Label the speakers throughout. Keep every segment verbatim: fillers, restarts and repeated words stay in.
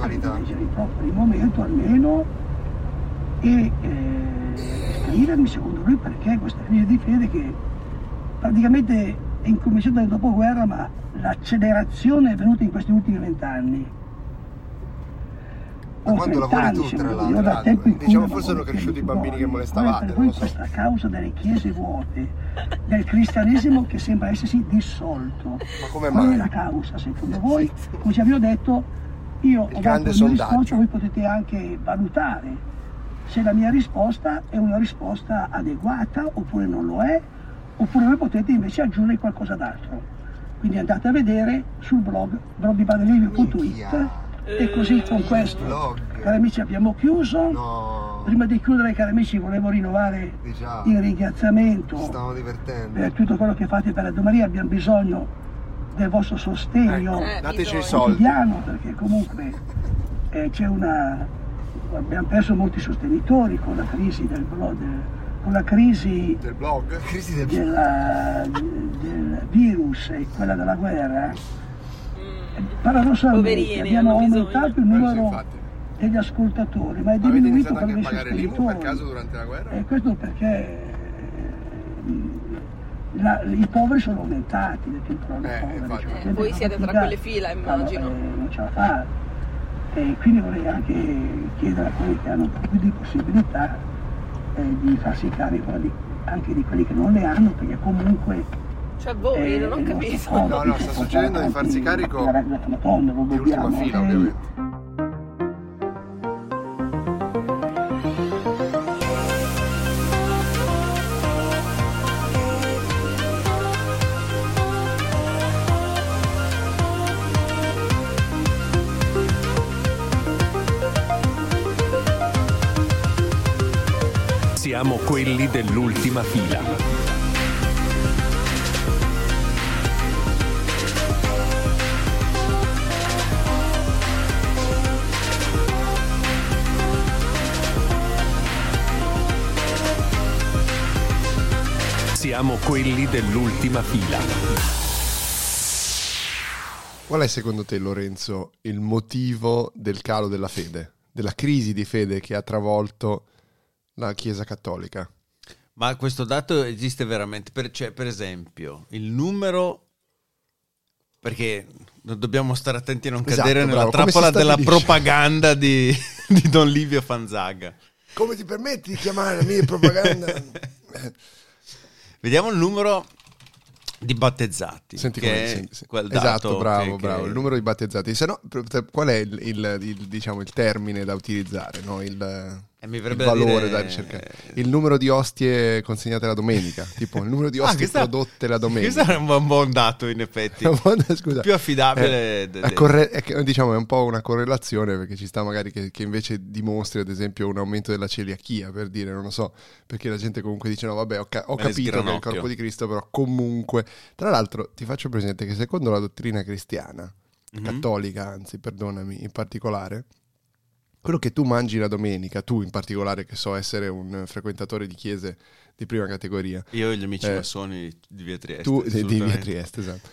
Speaker 1: carità.
Speaker 2: leggere proprio il momento almeno e eh, scrivermi secondo lui perché questa crisi di fede che praticamente è incominciata nel dopoguerra, ma l'accelerazione è venuta in questi ultimi vent'anni.
Speaker 1: Ma quando lavori tu, tra l'altro, diciamo forse sono cresciuti i bambini che molestavate,
Speaker 2: per
Speaker 1: non lo
Speaker 2: voi
Speaker 1: so.
Speaker 2: questa causa delle chiese vuote, del cristianesimo che sembra essersi dissolto.
Speaker 1: Ma come
Speaker 2: Qual
Speaker 1: mai?
Speaker 2: è la causa secondo voi? Come già vi ho detto, io ho dato
Speaker 1: grande
Speaker 2: la mia
Speaker 1: sondaggio.
Speaker 2: risposta, voi potete anche valutare se la mia risposta è una risposta adeguata oppure non lo è, oppure voi potete invece aggiungere qualcosa d'altro. Quindi andate a vedere sul blog blog di badelivio punto it. E così con questo,
Speaker 1: Blog.
Speaker 2: cari amici, abbiamo chiuso.
Speaker 1: No,
Speaker 2: Prima di chiudere, cari amici, volevo rinnovare
Speaker 1: di già,
Speaker 2: il
Speaker 1: ci
Speaker 2: ringraziamento
Speaker 1: stiamo divertendo.
Speaker 2: per tutto quello che fate per la Domeria. Abbiamo bisogno del vostro sostegno
Speaker 1: Ecco, dateci i
Speaker 3: bisogno.
Speaker 1: soldi.
Speaker 2: quotidiano, perché comunque eh, c'è una... abbiamo perso molti sostenitori con la crisi del blog, del- con la crisi
Speaker 1: Del blog? Crisi del blog.
Speaker 2: della- del virus e quella della guerra. Paradossalmente
Speaker 3: Poverini,
Speaker 2: abbiamo
Speaker 3: hanno bisogno.
Speaker 2: aumentato il
Speaker 1: Eh, sì,
Speaker 2: numero
Speaker 1: infatti.
Speaker 2: degli ascoltatori, ma è
Speaker 1: Avete
Speaker 2: diminuito
Speaker 1: iniziato
Speaker 2: quello
Speaker 1: anche a
Speaker 2: dei
Speaker 1: pagare l'I M U per caso
Speaker 2: sostenitori.
Speaker 1: durante la guerra?
Speaker 2: E questo perché eh, la- i poveri sono aumentati, le temporali
Speaker 1: Eh,
Speaker 2: poveri,
Speaker 1: infatti.
Speaker 2: cioè,
Speaker 3: Eh,
Speaker 2: gente
Speaker 3: voi
Speaker 2: che
Speaker 3: siete tra
Speaker 2: fatica,
Speaker 3: quelle fila, immagino.
Speaker 2: eh, non ce la fa. E quindi vorrei anche chiedere a quelli che hanno un po' più di possibilità eh, di farsi carico di- anche di quelli che non le hanno, perché comunque
Speaker 3: Cioè voi,
Speaker 2: eh,
Speaker 3: non ho
Speaker 2: il nostro
Speaker 3: capito.
Speaker 2: compito
Speaker 1: No, no,
Speaker 2: è
Speaker 1: sta
Speaker 2: portare
Speaker 1: succedendo di
Speaker 2: avanti
Speaker 1: farsi carico
Speaker 2: la Madonna, lo
Speaker 1: Di ultima
Speaker 2: dobbiamo,
Speaker 1: fila,
Speaker 2: ok?
Speaker 1: ovviamente.
Speaker 4: Siamo quelli dell'ultima fila. Siamo quelli dell'ultima fila.
Speaker 1: Qual è secondo te, Lorenzo, il motivo del calo della fede, della crisi di fede che ha travolto la Chiesa Cattolica?
Speaker 5: Ma questo dato esiste veramente? Per, cioè, per esempio, il numero... Perché dobbiamo stare attenti a non
Speaker 1: Esatto,
Speaker 5: cadere nella
Speaker 1: bravo. Come si
Speaker 5: trappola della
Speaker 1: stabilisce?
Speaker 5: propaganda di, di Don Livio Fanzaga.
Speaker 1: Come ti permetti di chiamare la mia propaganda?
Speaker 5: Vediamo il numero di battezzati.
Speaker 1: Senti
Speaker 5: che
Speaker 1: come
Speaker 5: è
Speaker 1: senti, sì.
Speaker 5: quel dato
Speaker 1: Esatto, bravo,
Speaker 5: che-
Speaker 1: bravo.
Speaker 5: che-
Speaker 1: Il numero di battezzati. Se no, per- qual è il, il- il, diciamo, il termine da utilizzare? No? Il,
Speaker 5: Eh, mi
Speaker 1: il
Speaker 5: verrebbe da
Speaker 1: valore
Speaker 5: dire-
Speaker 1: da ricercare. Il numero di ostie consegnate la domenica. Tipo il numero di
Speaker 5: Ah,
Speaker 1: ostie
Speaker 5: questa-
Speaker 1: prodotte la domenica.
Speaker 5: Questo è un buon, buon dato, in effetti.
Speaker 1: Scusa.
Speaker 5: Più affidabile.
Speaker 1: Eh,
Speaker 5: de-
Speaker 1: è
Speaker 5: de-
Speaker 1: corre- è che, diciamo è un po' una correlazione, perché ci sta magari che, che invece dimostri ad esempio un aumento della celiachia, per dire, non lo so, perché la gente comunque dice no vabbè ho, ca- ho
Speaker 5: Me ne
Speaker 1: capito che è il
Speaker 5: sgranocchio.
Speaker 1: corpo di Cristo, però comunque tra l'altro ti faccio presente che secondo la dottrina cristiana,
Speaker 5: Mhm.
Speaker 1: cattolica anzi perdonami in particolare, quello che tu mangi la domenica, tu in particolare che so essere un frequentatore di chiese di prima categoria,
Speaker 5: Io e gli amici
Speaker 1: Eh,
Speaker 5: massoni di Via Trieste.
Speaker 1: tu di- di via
Speaker 5: assolutamente.
Speaker 1: Trieste, esatto.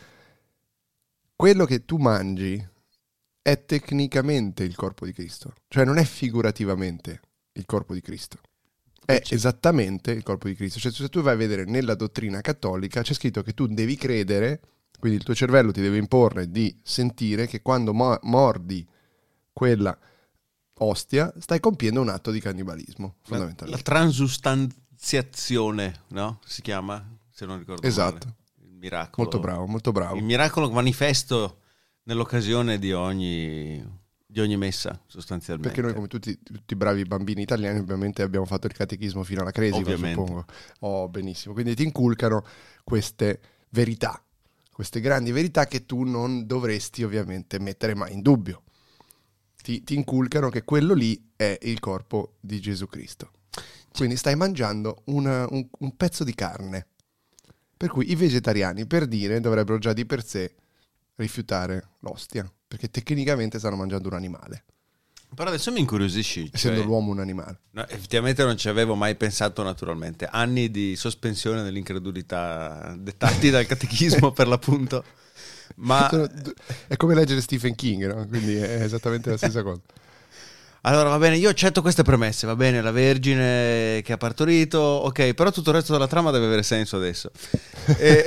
Speaker 1: Quello che tu mangi è tecnicamente il corpo di Cristo, cioè non è figurativamente il corpo di Cristo, è esattamente il corpo di Cristo. Cioè se tu vai a vedere nella dottrina cattolica c'è scritto che tu devi credere, quindi il tuo cervello ti deve imporre di sentire che quando mo- mordi quella ostia stai compiendo un atto di cannibalismo,
Speaker 5: La, la
Speaker 1: fondamentalmente.
Speaker 5: transustanziazione, no? Si chiama, se non ricordo
Speaker 1: Esatto.
Speaker 5: male. Il miracolo.
Speaker 1: Molto bravo, molto bravo.
Speaker 5: Il miracolo manifesto nell'occasione di ogni, di ogni messa, sostanzialmente.
Speaker 1: Perché noi, come tutti, tutti i bravi bambini italiani, ovviamente abbiamo fatto il catechismo fino alla cresima,
Speaker 5: Ovviamente.
Speaker 1: suppongo. Oh, benissimo. Quindi ti inculcano queste verità, queste grandi verità che tu non dovresti ovviamente mettere mai in dubbio. Ti, ti inculcano che quello lì è il corpo di Gesù Cristo. Quindi stai mangiando una- un, un pezzo di carne. Per cui i vegetariani, per dire, dovrebbero già di per sé rifiutare l'ostia, perché tecnicamente stanno mangiando un animale,
Speaker 5: Però adesso mi incuriosisci.
Speaker 1: essendo
Speaker 5: cioè-
Speaker 1: l'uomo un animale.
Speaker 5: No, effettivamente non ci avevo mai pensato naturalmente. Anni di sospensione dell'incredulità dettati dal catechismo per l'appunto. Ma
Speaker 1: Sono- è come leggere Stephen King, no? Quindi è esattamente la stessa cosa.
Speaker 5: allora va bene, io accetto queste premesse, va bene, la Vergine che ha partorito, ok, però tutto il resto della trama deve avere senso adesso. E...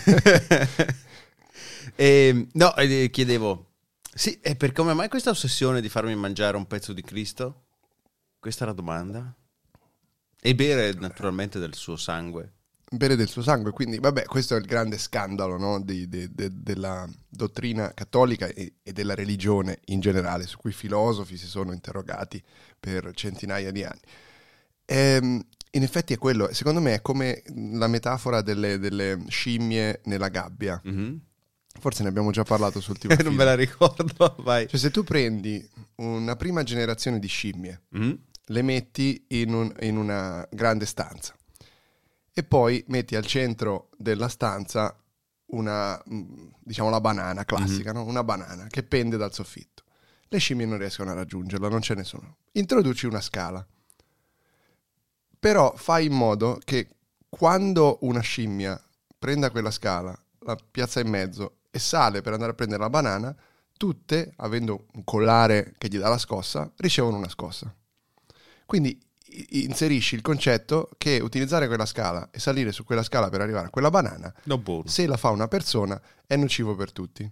Speaker 5: e, no, eh, chiedevo, sì, e per come mai questa ossessione di farmi mangiare un pezzo di Cristo? Questa è la domanda. E bere naturalmente del suo sangue.
Speaker 1: Bere del suo sangue, quindi vabbè, questo è il grande scandalo, no? di, de- de- della dottrina cattolica e, e della religione in generale, su cui i filosofi si sono interrogati per centinaia di anni. Ehm, in effetti è quello, secondo me è come la metafora delle, delle scimmie nella gabbia.
Speaker 5: Mhm.
Speaker 1: Forse ne abbiamo già parlato sul ultimo
Speaker 5: Non me la ricordo, vai.
Speaker 1: Cioè, se tu prendi una prima generazione di scimmie,
Speaker 5: Mhm.
Speaker 1: le metti in, un- in una grande stanza e poi metti al centro della stanza una, mh, diciamo, la banana classica, no? Una banana che pende dal soffitto. Le scimmie non riescono a raggiungerla, non ce ne sono. Introduci una scala. Però fai in modo che quando una scimmia prenda quella scala, la piazza in mezzo e sale per andare a prendere la banana, tutte, avendo un collare che gli dà la scossa, ricevono una scossa. Quindi i- inserisci il concetto che utilizzare quella scala e salire su quella scala per arrivare a quella banana,
Speaker 5: No, buono.
Speaker 1: se la fa una persona, è nocivo per tutti.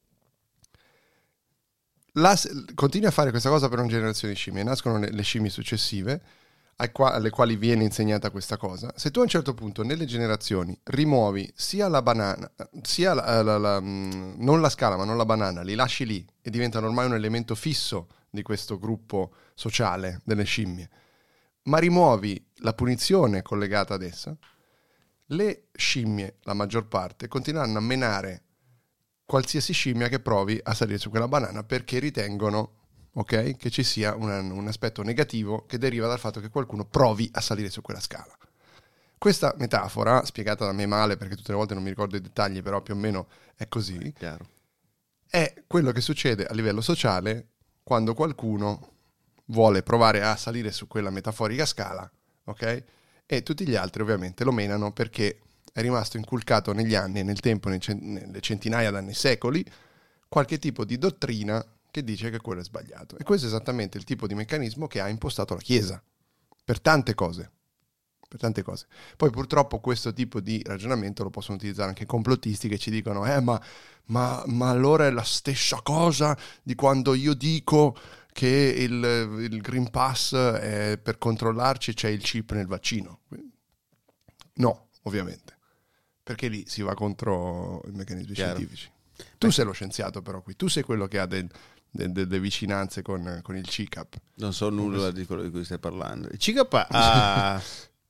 Speaker 1: La, continui a fare questa cosa per una generazione di scimmie, nascono le, le scimmie successive, ai qua- alle quali viene insegnata questa cosa. Se tu a un certo punto nelle generazioni rimuovi sia la banana, sia la, la- la- mh, non la scala ma non la banana, li lasci lì e diventano ormai un elemento fisso di questo gruppo sociale delle scimmie, ma rimuovi la punizione collegata ad essa, le scimmie, la maggior parte, continueranno a menare qualsiasi scimmia che provi a salire su quella banana perché ritengono, ok, che ci sia un, un aspetto negativo che deriva dal fatto che qualcuno provi a salire su quella scala. Questa metafora, spiegata da me male perché tutte le volte non mi ricordo i dettagli, però più o meno è così,
Speaker 5: Chiaro.
Speaker 1: è quello che succede a livello sociale quando qualcuno vuole provare a salire su quella metaforica scala, ok? E tutti gli altri ovviamente lo menano perché è rimasto inculcato negli anni, nel tempo, nei cent- nelle centinaia d'anni, secoli, qualche tipo di dottrina che dice che quello è sbagliato. E questo è esattamente il tipo di meccanismo che ha impostato la Chiesa, per tante cose. Per tante cose. Poi purtroppo questo tipo di ragionamento lo possono utilizzare anche i complottisti che ci dicono eh ma, ma, ma allora è la stessa cosa di quando io dico che il, il Green Pass è per controllarci, c'è il chip nel vaccino. No, ovviamente, perché lì si va contro i meccanismi
Speaker 5: Chiaro.
Speaker 1: scientifici. Tu sei lo scienziato però qui, tu sei quello che ha del- del- delle vicinanze con, con il C I C A P.
Speaker 5: Non so nulla di quello di cui stai parlando. Il C I C A P ha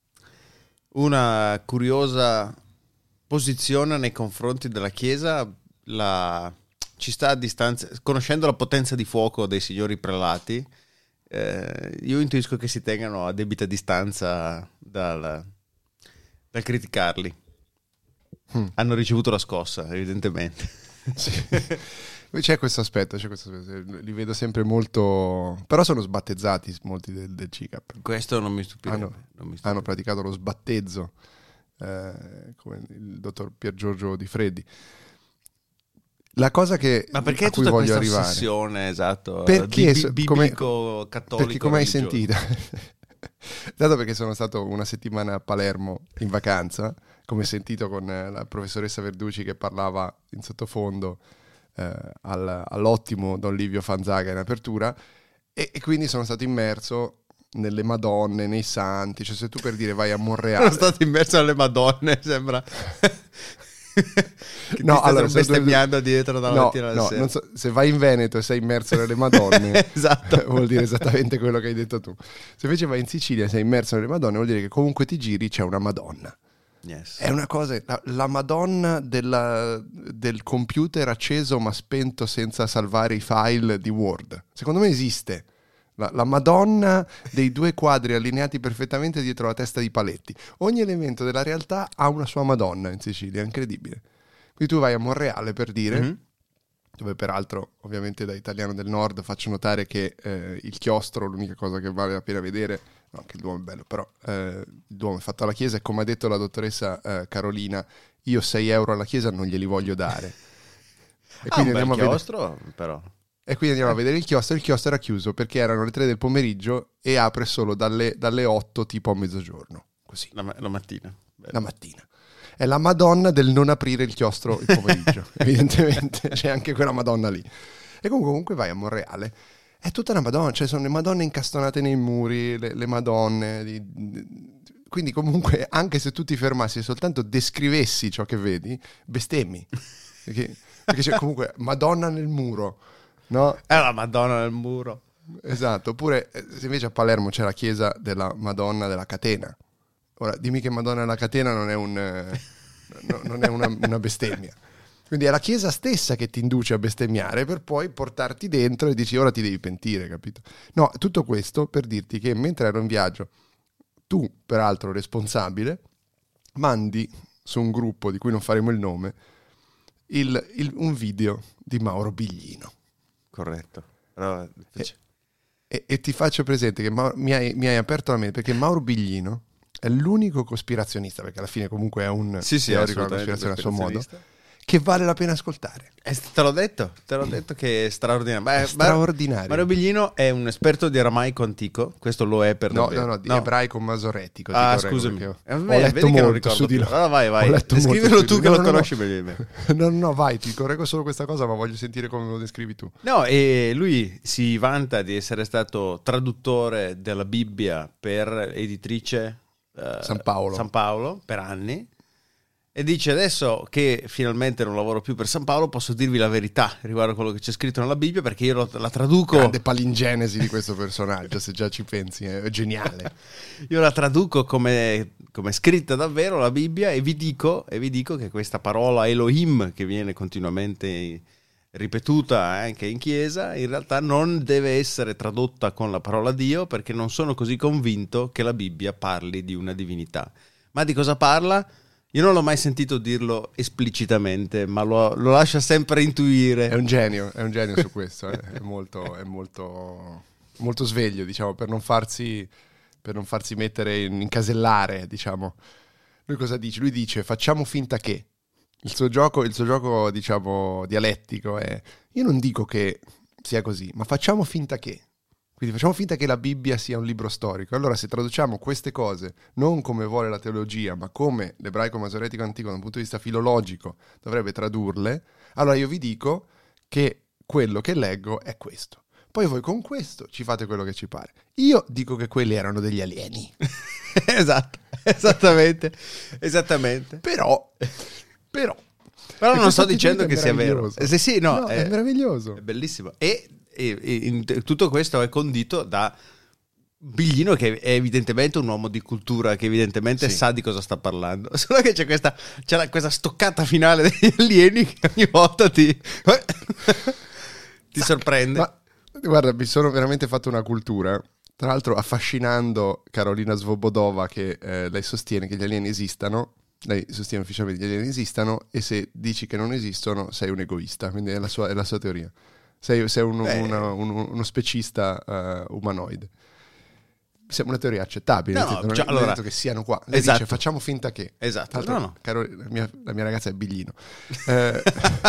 Speaker 5: una curiosa posizione nei confronti della Chiesa, la... ci sta a distanza, conoscendo la potenza di fuoco dei signori prelati, eh, io intuisco che si tengano a debita distanza dal, dal criticarli.
Speaker 1: Hmm.
Speaker 5: Hanno ricevuto la scossa, evidentemente.
Speaker 1: Sì. C'è questo aspetto, c'è questo aspetto, li vedo sempre molto, però sono sbattezzati molti del, del C I C A P.
Speaker 5: Questo non mi stupirebbe.
Speaker 1: Hanno,
Speaker 5: non mi stupirebbe.
Speaker 1: hanno praticato lo sbattezzo, eh, come il dottor Pier Giorgio Di Freddi. La cosa che
Speaker 5: Ma perché
Speaker 1: a cui
Speaker 5: tutta
Speaker 1: voglio
Speaker 5: questa
Speaker 1: arrivare,
Speaker 5: ossessione, esatto,
Speaker 1: perché
Speaker 5: bi-
Speaker 1: so-
Speaker 5: bi-
Speaker 1: come-
Speaker 5: biblico, cattolico,
Speaker 1: perché come hai
Speaker 5: religioso.
Speaker 1: sentito, dato perché sono stato una settimana a Palermo in vacanza, come hai sentito con eh, la professoressa Verducci che parlava in sottofondo eh, al- all'ottimo Don Livio Fanzaga in apertura, e, e quindi sono stato immerso nelle Madonne, nei santi, cioè se tu per dire vai a Monreale...
Speaker 5: Sono stato immerso alle Madonne, sembra... che
Speaker 1: No,
Speaker 5: ti
Speaker 1: allora,
Speaker 5: stai
Speaker 1: sono due-
Speaker 5: bestemmiando dietro dalla
Speaker 1: No,
Speaker 5: mattina alla
Speaker 1: no,
Speaker 5: sera.
Speaker 1: non so, se vai in Veneto e sei immerso nelle Madonne,
Speaker 5: Esatto.
Speaker 1: vuol dire esattamente quello che hai detto tu. Se invece vai in Sicilia e sei immerso nelle Madonne, vuol dire che comunque ti giri c'è una Madonna.
Speaker 5: Yes.
Speaker 1: È una cosa, la, la Madonna della- del computer acceso ma spento senza salvare i file di Word. Secondo me esiste. La, la Madonna dei due quadri allineati perfettamente dietro la testa di paletti. Ogni elemento della realtà ha una sua Madonna in Sicilia, è incredibile. Quindi tu vai a Monreale per dire,
Speaker 5: Mhm.
Speaker 1: dove peraltro ovviamente da italiano del nord faccio notare che eh, il chiostro, l'unica cosa che vale la pena vedere, no, anche il Duomo è bello, però eh, il Duomo è fatto alla chiesa e come ha detto la dottoressa eh, Carolina, io sei euro alla chiesa non glieli voglio dare. E
Speaker 5: Ah,
Speaker 1: quindi
Speaker 5: un bel
Speaker 1: andiamo a vedere-
Speaker 5: chiostro, però.
Speaker 1: E quindi andiamo a vedere il chiostro. Il chiostro era chiuso perché erano le tre del pomeriggio e apre solo dalle, dalle otto tipo a mezzogiorno, così,
Speaker 5: La, ma- la mattina. Bello.
Speaker 1: la mattina. È la Madonna del non aprire il chiostro il pomeriggio, evidentemente c'è anche quella Madonna lì. E comunque, comunque vai a Monreale, è tutta una Madonna, cioè sono le Madonne incastonate nei muri, le, le Madonne. Di, di- quindi comunque anche se tu ti fermassi e soltanto descrivessi ciò che vedi, bestemmi. Perché, perché c'è comunque Madonna nel muro, no?
Speaker 5: È la Madonna del muro.
Speaker 1: Esatto, oppure eh, se invece a Palermo c'è la chiesa della Madonna della Catena. Ora, dimmi che Madonna della Catena non è, un, eh, no- non è una, una bestemmia. Quindi è la chiesa stessa che ti induce a bestemmiare per poi portarti dentro e dici ora ti devi pentire, capito? No, tutto questo per dirti che mentre ero in viaggio, tu, peraltro responsabile, mandi su un gruppo di cui non faremo il nome il- il- un video di Mauro Biglino.
Speaker 5: Corretto. Però,
Speaker 1: E, e- e ti faccio presente che Mau- mi, hai, mi hai aperto la mente perché Mauro Biglino è l'unico cospirazionista, perché alla fine comunque è un
Speaker 5: sì, sì,
Speaker 1: teorico della
Speaker 5: assolutamente
Speaker 1: cospirazione a suo modo,
Speaker 5: cospirazionista.
Speaker 1: che vale la pena ascoltare.
Speaker 5: Eh, te l'ho detto, te l'ho detto che è straordinario. Beh,
Speaker 1: È straordinario.
Speaker 5: Mario Biglino è un esperto di aramaico antico, questo lo è per
Speaker 1: No,
Speaker 5: davvero.
Speaker 1: no, no, di ebraico masoretico. ti
Speaker 5: Ah,
Speaker 1: correggo,
Speaker 5: scusami.
Speaker 1: perché
Speaker 5: Eh,
Speaker 1: ho
Speaker 5: beh,
Speaker 1: letto
Speaker 5: vedi che non
Speaker 1: molto
Speaker 5: ricordo
Speaker 1: su di
Speaker 5: più.
Speaker 1: lui.
Speaker 5: Allora vai, vai.
Speaker 1: Ho letto molto
Speaker 5: Descrivilo
Speaker 1: su di
Speaker 5: tu
Speaker 1: lui.
Speaker 5: che
Speaker 1: No,
Speaker 5: lo
Speaker 1: no, no.
Speaker 5: conosci meglio di me.
Speaker 1: No, no, no, vai, ti correggo solo questa cosa, ma voglio sentire come lo descrivi tu.
Speaker 5: No, e lui si vanta di essere stato traduttore della Bibbia per editrice eh,
Speaker 1: San Paolo.
Speaker 5: San Paolo per anni. E dice adesso che finalmente non lavoro più per San Paolo posso dirvi la verità riguardo a quello che c'è scritto nella Bibbia perché io lo- la traduco
Speaker 1: Grande palingenesi di questo personaggio, se già ci pensi, è geniale.
Speaker 5: io la traduco come, come scritta davvero la Bibbia e vi dico e vi dico che questa parola Elohim che viene continuamente ripetuta anche in chiesa in realtà non deve essere tradotta con la parola Dio perché non sono così convinto che la Bibbia parli di una divinità. Ma di cosa parla? Io non l'ho mai sentito dirlo esplicitamente, ma lo, lo lascia sempre intuire.
Speaker 1: È un genio, è un genio su questo, eh. è molto, è molto, molto sveglio, diciamo, per non farsi, per non farsi mettere in, incasellare, diciamo. Lui cosa dice? Lui dice facciamo finta che. Il suo gioco, il suo gioco, diciamo, dialettico è io non dico che sia così, ma facciamo finta che. Quindi facciamo finta che la Bibbia sia un libro storico. Allora se traduciamo queste cose non come vuole la teologia, ma come l'ebraico masoretico antico da un punto di vista filologico dovrebbe tradurle, allora io vi dico che quello che leggo è questo. Poi voi con questo ci fate quello che ci pare. Io dico che quelli erano degli alieni.
Speaker 5: Esatto, esattamente, esattamente.
Speaker 1: Però, però...
Speaker 5: Però
Speaker 1: E
Speaker 5: non
Speaker 1: questo
Speaker 5: sto dicendo che
Speaker 1: atteggiamento è
Speaker 5: sia vero.
Speaker 1: meraviglioso.
Speaker 5: Eh, sì, sì, no,
Speaker 1: No, è meraviglioso.
Speaker 5: È bellissimo. E, e- e in- tutto questo è condito da Biglino, che è evidentemente un uomo di cultura, che evidentemente
Speaker 1: Sì.
Speaker 5: sa di cosa sta parlando. Solo che c'è questa, c'è la- questa stoccata finale degli alieni che ogni volta ti, ti sorprende.
Speaker 1: Ma guarda, mi sono veramente fatto una cultura, tra l'altro affascinando Carolina Svobodova, che eh, lei sostiene che gli alieni esistano. Lei sostiene ufficialmente che gli alieni esistano e se dici che non esistono sei un egoista, quindi è la sua, è la sua teoria. Sei, sei un-
Speaker 5: Beh.
Speaker 1: una- un- uno specista eh, umanoide. Mi sembra una teoria accettabile,
Speaker 5: No,
Speaker 1: nel senso, non,
Speaker 5: cioè,
Speaker 1: è, non è
Speaker 5: allora-
Speaker 1: detto che siano qua. Lei
Speaker 5: Esatto.
Speaker 1: dice facciamo finta che.
Speaker 5: Esatto.
Speaker 1: Tra l'altro,
Speaker 5: No, no.
Speaker 1: Caro- la, mia, la mia ragazza è Biglino. Eh,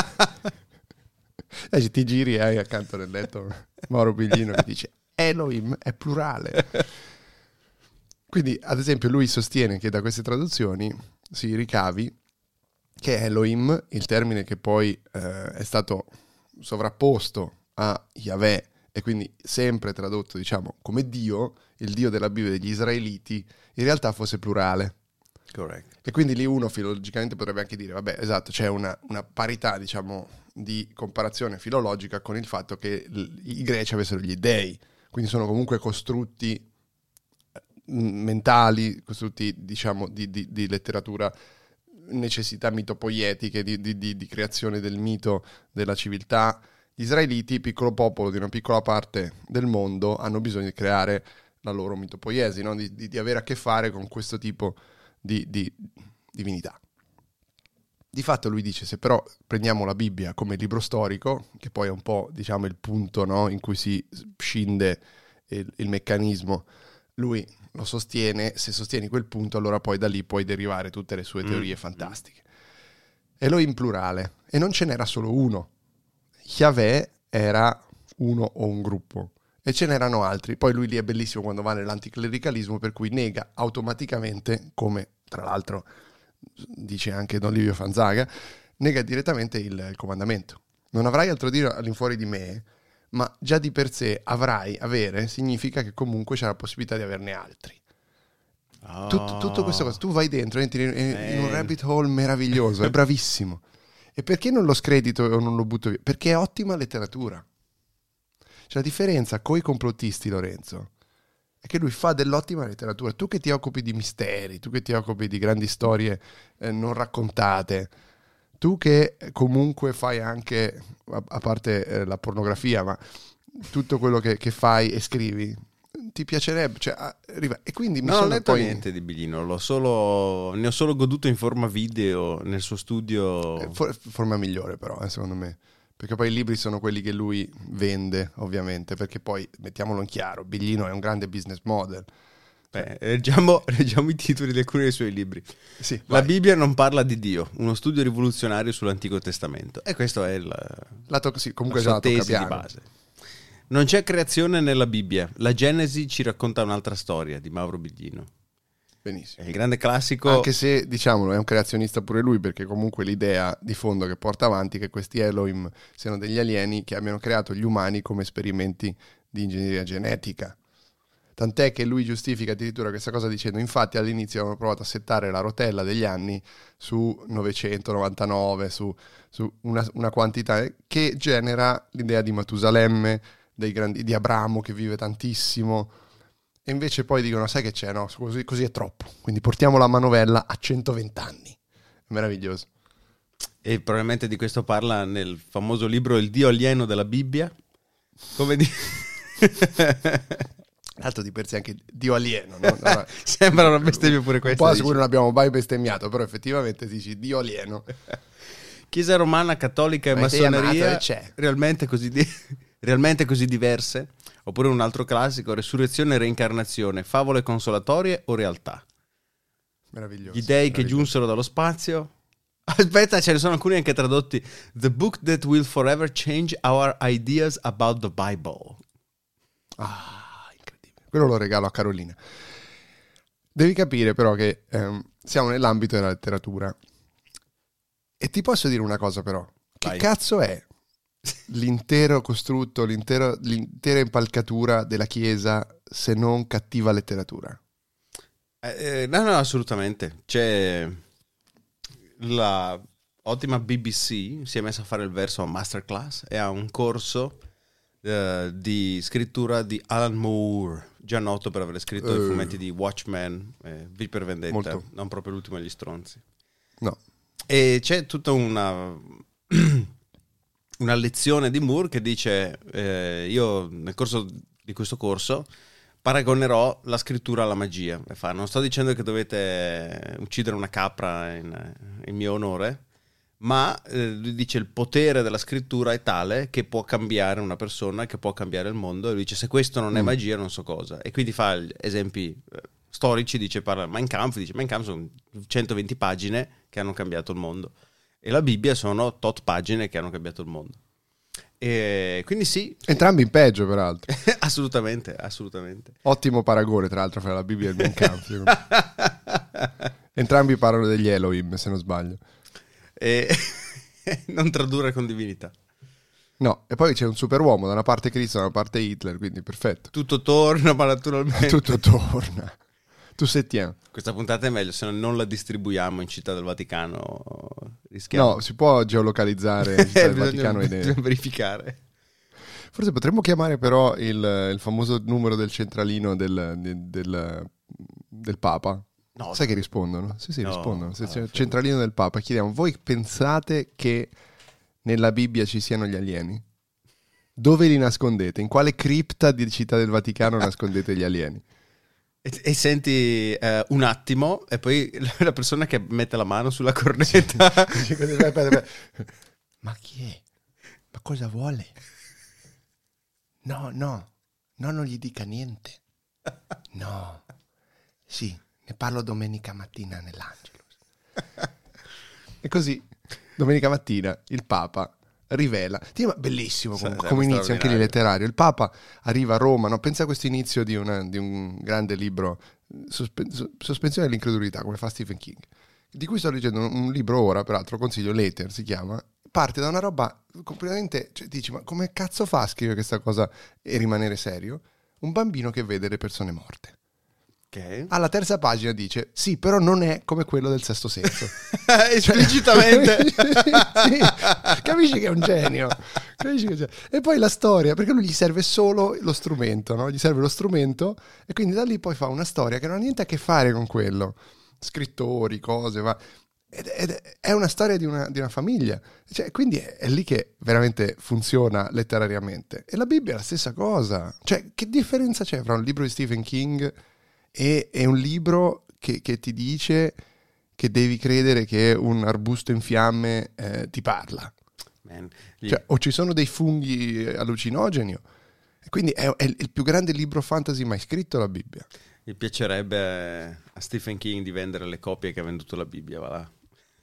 Speaker 1: eh, ti giri e hai accanto nel letto Mauro Biglino che dice Elohim è plurale. Quindi, ad esempio, lui sostiene che da queste traduzioni si ricavi che Elohim, il termine che poi eh, è stato sovrapposto a Yahweh e quindi sempre tradotto, diciamo, come Dio, il Dio della Bibbia degli Israeliti, in realtà fosse plurale.
Speaker 5: Corretto.
Speaker 1: E quindi lì uno filologicamente potrebbe anche dire, vabbè, esatto, c'è una, una parità, diciamo, di comparazione filologica con il fatto che l- i greci avessero gli dei, quindi sono comunque costrutti eh, mentali, costrutti, diciamo, di, di, di letteratura, necessità mitopoietiche, di, di, di, di creazione del mito della civiltà. Gli israeliti, piccolo popolo di una piccola parte del mondo, hanno bisogno di creare la loro mitopoiesi, no? di, di, di avere a che fare con questo tipo di, di divinità. Di fatto lui dice, se però prendiamo la Bibbia come libro storico, che poi è un po', diciamo, il punto, no? in cui si scinde il, il meccanismo, lui lo sostiene, se sostieni quel punto allora poi da lì puoi derivare tutte le sue teorie
Speaker 5: Mm.
Speaker 1: fantastiche. Elohim plurale, e non ce n'era solo uno, Yahweh era uno o un gruppo e ce n'erano altri. Poi lui lì è bellissimo quando va nell'anticlericalismo, per cui nega automaticamente, come tra l'altro dice anche Don Livio Fanzaga, nega direttamente il, il comandamento. Non avrai altro dire all'infuori di me, ma già di per sé avrai, avere, significa che comunque c'è la possibilità di averne altri.
Speaker 5: Oh.
Speaker 1: Tutto, tutto questo cosa, tu vai dentro, entri in, in,
Speaker 5: Eh.
Speaker 1: in un rabbit hole meraviglioso, è bravissimo. E perché non lo scredito o non lo butto via? Perché è ottima letteratura. C'è la differenza con i complottisti, Lorenzo, è che lui fa dell'ottima letteratura. Tu che ti occupi di misteri, tu che ti occupi di grandi storie eh, non raccontate, tu che comunque fai anche, a, a parte eh, la pornografia, ma tutto quello che, che fai e scrivi, ti piacerebbe, cioè, arriva. E quindi mi
Speaker 5: No, non ho
Speaker 1: sono
Speaker 5: letto
Speaker 1: poi
Speaker 5: niente di Biglino, l'ho solo, ne ho solo goduto in forma video nel suo studio.
Speaker 1: Eh, for- forma migliore però, eh, secondo me. Perché poi i libri sono quelli che lui vende, ovviamente, perché poi, mettiamolo in chiaro, Biglino è un grande business model.
Speaker 5: Beh, leggiamo, leggiamo i titoli di alcuni dei suoi libri.
Speaker 1: Sì,
Speaker 5: La
Speaker 1: vai.
Speaker 5: Bibbia non parla di Dio, uno studio rivoluzionario sull'Antico Testamento. E questo è il,
Speaker 1: La to- sì, comunque
Speaker 5: la
Speaker 1: già
Speaker 5: sua
Speaker 1: la tocca
Speaker 5: tesi di
Speaker 1: piano.
Speaker 5: base. Non c'è creazione nella Bibbia. La Genesi ci racconta un'altra storia di Mauro Biglino.
Speaker 1: Benissimo.
Speaker 5: È il grande classico.
Speaker 1: Anche se, diciamolo, è un creazionista pure lui, perché comunque l'idea di fondo che porta avanti è che questi Elohim siano degli alieni che abbiano creato gli umani come esperimenti di ingegneria genetica. Tant'è che lui giustifica addirittura questa cosa dicendo: infatti all'inizio avevano provato a settare la rotella degli anni su novecentonovantanove, su, su una, una quantità che genera l'idea di Matusalemme, dei grandi, di Abramo che vive tantissimo. E invece poi dicono: sai che c'è, no, così, così è troppo, quindi portiamo la manovella a centoventi anni. È meraviglioso.
Speaker 5: E probabilmente di questo parla nel famoso libro Il Dio alieno della Bibbia. Come di...
Speaker 1: L'altro di per sé anche Dio alieno, no? No,
Speaker 5: Sembra una bestemmia pure
Speaker 1: un
Speaker 5: questa.
Speaker 1: po'
Speaker 5: dici.
Speaker 1: sicuro non abbiamo mai bestemmiato, però effettivamente dici Dio alieno.
Speaker 5: Chiesa romana, cattolica e
Speaker 1: Ma sei
Speaker 5: massoneria
Speaker 1: amato, c'è.
Speaker 5: realmente così, di- realmente così diverse? Oppure un altro classico, resurrezione e reincarnazione, favole consolatorie o realtà?
Speaker 1: Meraviglioso.
Speaker 5: Gli dei che giunsero dallo spazio? Aspetta, ce ne sono alcuni anche tradotti. The book that will forever change our ideas about the Bible.
Speaker 1: Ah, incredibile. Quello lo regalo a Carolina. Devi capire però che ehm, siamo nell'ambito della letteratura. E ti posso dire una cosa però. Che
Speaker 5: Vai.
Speaker 1: cazzo è l'intero costrutto, l'intero, l'intera impalcatura della Chiesa se non cattiva letteratura?
Speaker 5: Eh, eh, no, no, assolutamente. C'è la ottima B B C, si è messa a fare il verso a masterclass e ha un corso eh, di scrittura di Alan Moore, già noto per aver scritto
Speaker 1: Uh.
Speaker 5: i fumetti di Watchmen, eh, V per Vendetta,
Speaker 1: Molto.
Speaker 5: non proprio l'ultimo degli stronzi.
Speaker 1: No.
Speaker 5: E c'è tutta una una lezione di Moore che dice eh, io nel corso di questo corso paragonerò la scrittura alla magia. E fa, non sto dicendo che dovete uccidere una capra in, in mio onore, ma eh, lui dice il potere della scrittura è tale che può cambiare una persona, che può cambiare il mondo, e lui dice se questo non è
Speaker 1: Mm.
Speaker 5: magia non so cosa. E quindi fa gli esempi eh, storici, dice parla Mein Kampf, dice Mein Kampf sono centoventi pagine che hanno cambiato il mondo e la Bibbia sono tot pagine che hanno cambiato il mondo. E quindi sì,
Speaker 1: Entrambi in peggio, peraltro.
Speaker 5: assolutamente, assolutamente.
Speaker 1: Ottimo paragone, tra l'altro, fra la Bibbia e il Mein Kampf. secondo me. Entrambi parlano degli Elohim, se non sbaglio.
Speaker 5: E non tradurre con divinità.
Speaker 1: No, e poi c'è un superuomo, da una parte Cristo, da una parte Hitler, quindi perfetto.
Speaker 5: Tutto torna, ma naturalmente
Speaker 1: Tutto torna. Tu settiamo.
Speaker 5: questa puntata è meglio, se no non la distribuiamo in Città del Vaticano. Rischiamo.
Speaker 1: No, si può geolocalizzare il
Speaker 5: Eh,
Speaker 1: Vaticano
Speaker 5: bisogna,
Speaker 1: e
Speaker 5: bisogna verificare.
Speaker 1: Forse potremmo chiamare però il, il famoso numero del centralino del, del, del, del Papa.
Speaker 5: No,
Speaker 1: Sai che rispondono? Sì, sì,
Speaker 5: No,
Speaker 1: rispondono. Se
Speaker 5: no,
Speaker 1: c'è il
Speaker 5: sì.
Speaker 1: centralino del Papa, chiediamo: voi pensate che nella Bibbia ci siano gli alieni? Dove li nascondete? In quale cripta di Città del Vaticano nascondete gli alieni?
Speaker 5: E, e senti eh, un attimo e poi la persona che mette la mano sulla cornetta.
Speaker 1: Aspetta, aspetta, aspetta. Ma chi è? Ma cosa vuole? No, no, no, non gli dica niente. No, sì, ne parlo domenica mattina nell'Angelus. E così, domenica mattina, il Papa rivela. Ti- ma bellissimo
Speaker 5: Sì,
Speaker 1: com-
Speaker 5: sì,
Speaker 1: come inizio anche lì
Speaker 5: straordinario.
Speaker 1: letterario. Il Papa arriva a Roma, no? Pensa a questo inizio di, una- di un grande libro, sospe- so- Sospensione dell'incredulità, come fa Stephen King, di cui sto leggendo un, un libro ora, peraltro consiglio, Later si chiama. Parte da una roba completamente, cioè, dici, ma come cazzo fa a scrivere questa cosa e rimanere serio? Un bambino che vede le persone morte.
Speaker 5: Ok.
Speaker 1: Alla terza pagina dice, sì, però non è come quello del Sesto Senso.
Speaker 5: Esplicitamente.
Speaker 1: Sì, capisci che è un genio. Capisci che è un genio. E poi la storia, perché lui gli serve solo lo strumento, no? Gli serve lo strumento e quindi da lì poi fa una storia che non ha niente a che fare con quello. Scrittori, cose, va. Ed, ed è una storia di una, di una famiglia. Cioè, quindi è, è lì che veramente funziona letterariamente. E la Bibbia è la stessa cosa. Cioè, che differenza c'è fra un libro di Stephen King e, e un libro che, che ti dice che devi credere che un arbusto in fiamme eh, ti parla?
Speaker 5: Man, gli-
Speaker 1: Cioè, o ci sono dei funghi allucinogeni. E quindi è, è il più grande libro fantasy mai scritto, la Bibbia.
Speaker 5: Gli piacerebbe a Stephen King di vendere le copie che ha venduto la Bibbia, va là.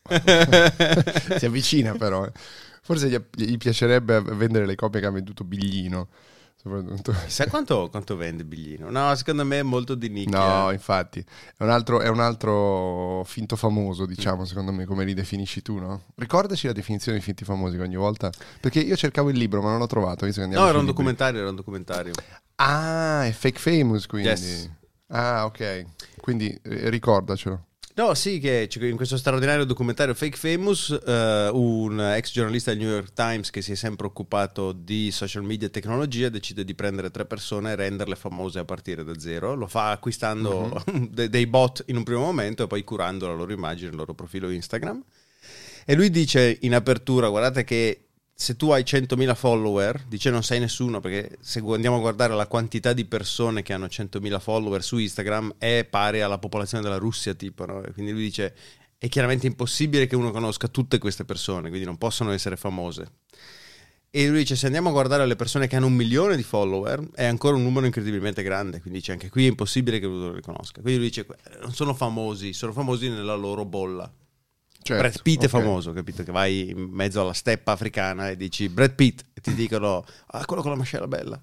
Speaker 1: Si avvicina però. eh. Forse gli, gli piacerebbe vendere le copie che ha venduto Biglino. Soprattutto.
Speaker 5: Chissà quanto, quanto vende Biglino. No, secondo me è molto di nicchia.
Speaker 1: No, infatti. È un, altro, è un altro finto famoso, diciamo, secondo me, come li definisci tu, no? Ricordaci la definizione di finti famosi che ogni volta... Perché io cercavo il libro, ma non l'ho trovato. Visto che andiamo
Speaker 5: No, era un
Speaker 1: sui libri.
Speaker 5: documentario, era un documentario.
Speaker 1: Ah, è fake famous, quindi.
Speaker 5: Yes.
Speaker 1: Ah, ok. Quindi eh, ricordacelo.
Speaker 5: No, sì, che c'è in questo straordinario documentario Fake Famous, eh, un ex giornalista del New York Times che si è sempre occupato di social media e tecnologia decide di prendere tre persone e renderle famose a partire da zero. Lo fa acquistando
Speaker 1: Mhm.
Speaker 5: de- dei bot in un primo momento e poi curando la loro immagine, il loro profilo Instagram. E lui dice in apertura, guardate che se tu hai centomila follower, dice non sei nessuno, perché se andiamo a guardare la quantità di persone che hanno centomila follower su Instagram è pari alla popolazione della Russia, tipo, no? E quindi lui dice è chiaramente impossibile che uno conosca tutte queste persone, quindi non possono essere famose. E lui dice se andiamo a guardare le persone che hanno un milione di follower è ancora un numero incredibilmente grande, quindi dice anche qui è impossibile che uno lo riconosca. Quindi lui dice non sono famosi, sono famosi nella loro bolla.
Speaker 1: Certo,
Speaker 5: Brad Pitt è
Speaker 1: ok.
Speaker 5: famoso, capito? Che vai in mezzo alla steppa africana e dici Brad Pitt e ti dicono ah, quello con la mascella bella.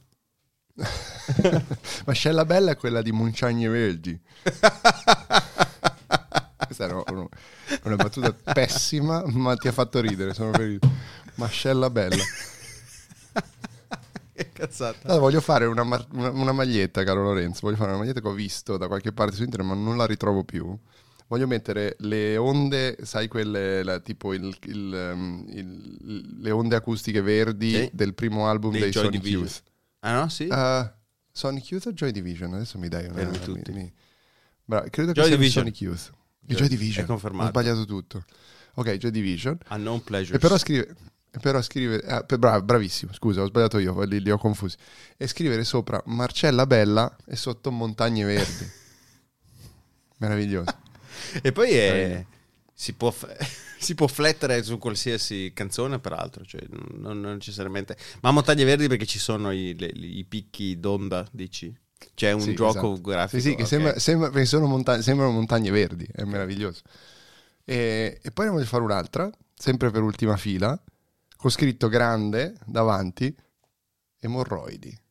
Speaker 1: Mascella bella è quella di Montagne Verdi. Questa era una, una battuta pessima, ma ti ha fatto ridere. Sono felice. Mascella bella.
Speaker 5: Che cazzata.
Speaker 1: Allora, voglio fare una, mar- una- una maglietta, caro Lorenzo. Voglio fare una maglietta che ho visto da qualche parte su internet, ma non la ritrovo più. Voglio mettere le onde, sai, quelle la- tipo il- il, um, il- le onde acustiche verdi
Speaker 5: Sì.
Speaker 1: del primo album
Speaker 5: Dei
Speaker 1: dei
Speaker 5: Joy
Speaker 1: Sonic
Speaker 5: Division.
Speaker 1: Youth.
Speaker 5: Ah no, sì?
Speaker 1: Uh, Sonic Youth o Joy Division? Adesso mi dai una...
Speaker 5: Fermi tutti.
Speaker 1: mi- mi- Bra- credo che
Speaker 5: Joy
Speaker 1: sia
Speaker 5: Division.
Speaker 1: Sonic Youth. Il
Speaker 5: Joy-
Speaker 1: Joy Division.
Speaker 5: è confermato.
Speaker 1: Ho sbagliato tutto. Ok, Joy Division.
Speaker 5: Unknown Pleasures.
Speaker 1: E però scrive... e però scrive ah, per- bra- bravissimo, scusa, ho sbagliato io, li, li ho confusi. E scrivere sopra Marcella Bella e sotto Montagne Verdi. Meraviglioso.
Speaker 5: E poi è, si, può, f- si può flettere su qualsiasi canzone, peraltro, cioè non, non necessariamente. Ma a Montagne Verdi perché ci sono i, le- i picchi d'onda, dici? C'è un
Speaker 1: Sì,
Speaker 5: gioco
Speaker 1: esatto.
Speaker 5: grafico.
Speaker 1: Sì, sì, che
Speaker 5: ok.
Speaker 1: sembra, sembra, perché sono monta- sembrano montagne verdi, è meraviglioso. E, e poi ne voglio fare un'altra, sempre per ultima fila, con scritto grande davanti, emorroidi.